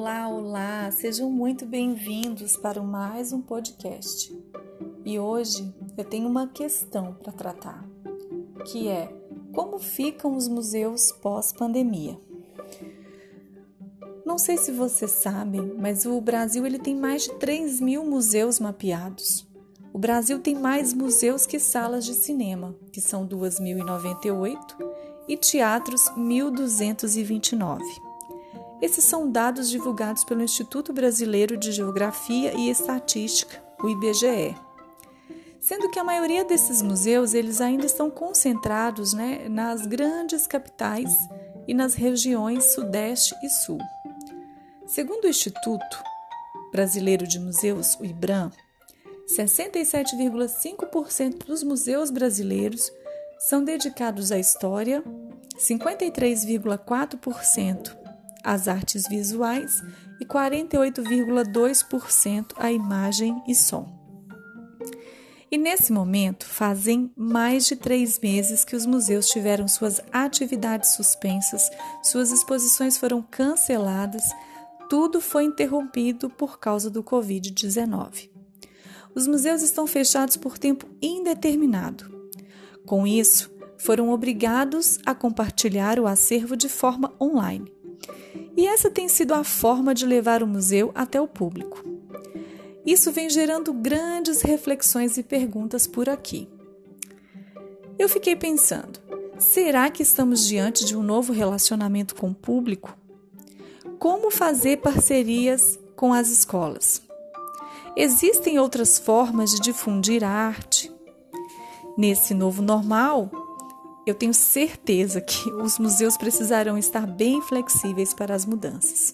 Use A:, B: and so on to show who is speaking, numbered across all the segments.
A: Olá, olá! Sejam muito bem-vindos para mais um podcast. E hoje eu tenho uma questão para tratar, que é como ficam os museus pós-pandemia. Não sei se vocês sabem, mas o Brasil tem mais de 3.000 museus mapeados. O Brasil tem mais museus que salas de cinema, que são 2.098, e teatros 1.229. Esses são dados divulgados pelo Instituto Brasileiro de Geografia e Estatística, o IBGE. Sendo que a maioria desses museus eles ainda estão concentrados nas grandes capitais e nas regiões Sudeste e Sul. Segundo o Instituto Brasileiro de Museus, o IBRAM, 67,5% dos museus brasileiros são dedicados à história, 53,4% às artes visuais e 48,2% à imagem e som. E nesse momento, fazem mais de 3 meses que os museus tiveram suas atividades suspensas, suas exposições foram canceladas, tudo foi interrompido por causa do Covid-19. Os museus estão fechados por tempo indeterminado. Com isso, foram obrigados a compartilhar o acervo de forma online. E essa tem sido a forma de levar o museu até o público. Isso vem gerando grandes reflexões e perguntas por aqui. Eu fiquei pensando, será que estamos diante de um novo relacionamento com o público? Como fazer parcerias com as escolas? Existem outras formas de difundir a arte? Nesse novo normal, eu tenho certeza que os museus precisarão estar bem flexíveis para as mudanças.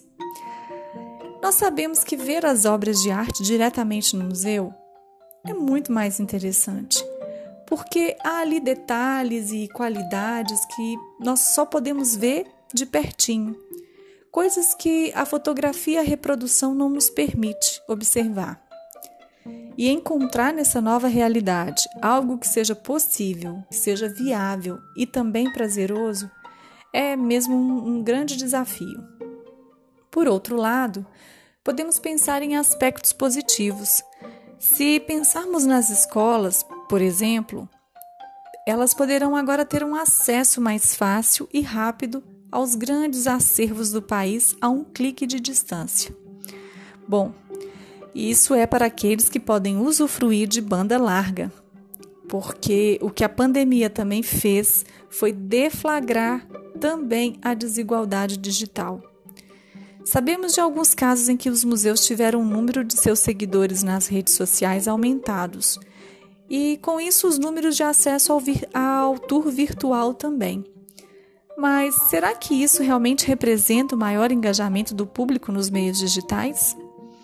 A: Nós sabemos que ver as obras de arte diretamente no museu é muito mais interessante, porque há ali detalhes e qualidades que nós só podemos ver de pertinho, coisas que a fotografia e a reprodução não nos permite observar. E encontrar nessa nova realidade algo que seja possível, que seja viável e também prazeroso é mesmo um grande desafio. Por outro lado, podemos pensar em aspectos positivos. Se pensarmos nas escolas, por exemplo, elas poderão agora ter um acesso mais fácil e rápido aos grandes acervos do país a um clique de distância. Bom, isso é para aqueles que podem usufruir de banda larga, porque o que a pandemia também fez foi deflagrar também a desigualdade digital. Sabemos de alguns casos em que os museus tiveram o número de seus seguidores nas redes sociais aumentados, e com isso os números de acesso ao tour virtual também. Mas será que isso realmente representa o maior engajamento do público nos meios digitais?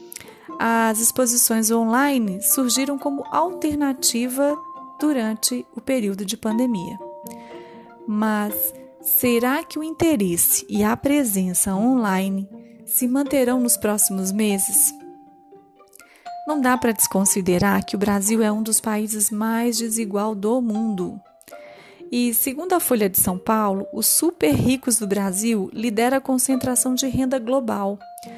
A: As exposições online surgiram como alternativa durante o período de pandemia. Mas será que o interesse e a presença online se manterão nos próximos meses? Não dá para desconsiderar que o Brasil é um dos países mais desigual do mundo. E, segundo a Folha de São Paulo, os super ricos do Brasil lideram a concentração de renda global.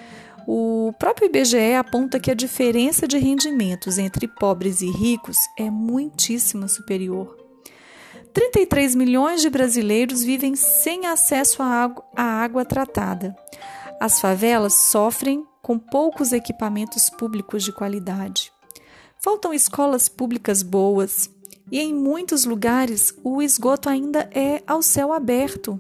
A: O próprio IBGE aponta que a diferença de rendimentos entre pobres e ricos é muitíssimo superior. 33 milhões de brasileiros vivem sem acesso à água tratada. As favelas sofrem com poucos equipamentos públicos de qualidade. Faltam escolas públicas boas e, em muitos lugares, o esgoto ainda é ao céu aberto.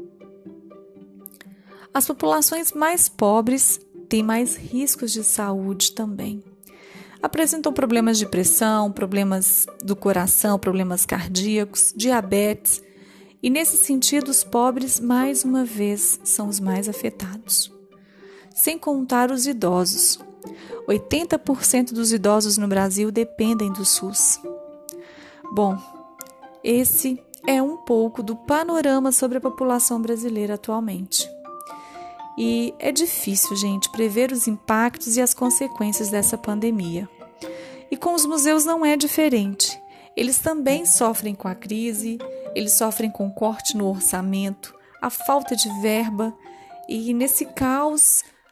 A: As populações mais pobres têm mais riscos de saúde também. Apresentam problemas de pressão, problemas do coração, problemas cardíacos, diabetes. E nesse sentido, os pobres, mais uma vez, são os mais afetados. Sem contar os idosos. 80% dos idosos no Brasil dependem do SUS. Bom, esse é um pouco do panorama sobre a população brasileira atualmente. E é difícil, gente, prever os impactos e as consequências dessa pandemia. E com os museus não é diferente. Eles também sofrem com a crise, eles sofrem com o corte no orçamento, a falta de verba, e nesse caos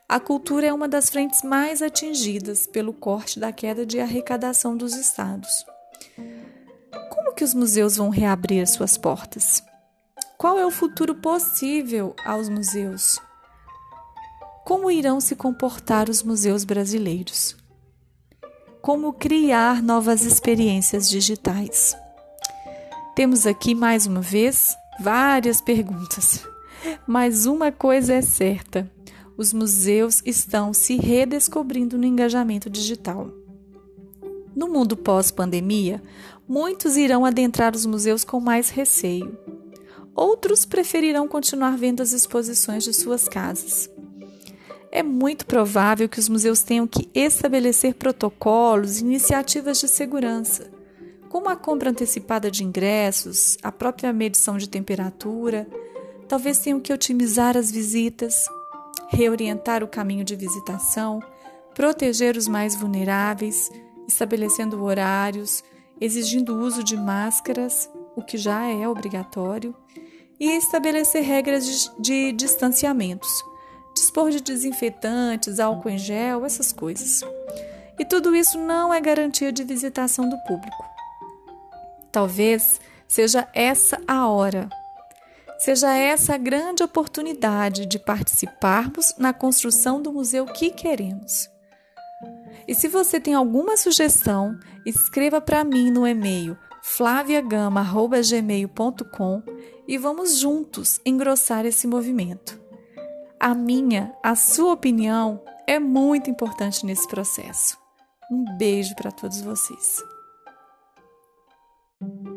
A: A cultura é uma das frentes mais atingidas pelo corte da queda de arrecadação dos estados. Como que os museus vão reabrir suas portas? Qual é o futuro possível aos museus? Como irão se comportar os museus brasileiros? Como criar novas experiências digitais? Temos aqui, mais uma vez, várias perguntas. Mas uma coisa é certa: os museus estão se redescobrindo no engajamento digital. No mundo pós-pandemia, muitos irão adentrar os museus com mais receio. Outros preferirão continuar vendo as exposições de suas casas. É muito provável que os museus tenham que estabelecer protocolos e iniciativas de segurança, como a compra antecipada de ingressos, a própria medição de temperatura. Talvez tenham que otimizar as visitas, reorientar o caminho de visitação, proteger os mais vulneráveis, estabelecendo horários, exigindo o uso de máscaras, o que já é obrigatório, e estabelecer regras de distanciamentos, dispor de desinfetantes, álcool em gel, essas coisas. E tudo isso não é garantia de visitação do público. Talvez seja essa a hora. Seja essa a grande oportunidade de participarmos na construção do museu que queremos. E se você tem alguma sugestão, escreva para mim no e-mail flaviagama@gmail.com e vamos juntos engrossar esse movimento. A sua opinião é muito importante nesse processo. Um beijo para todos vocês.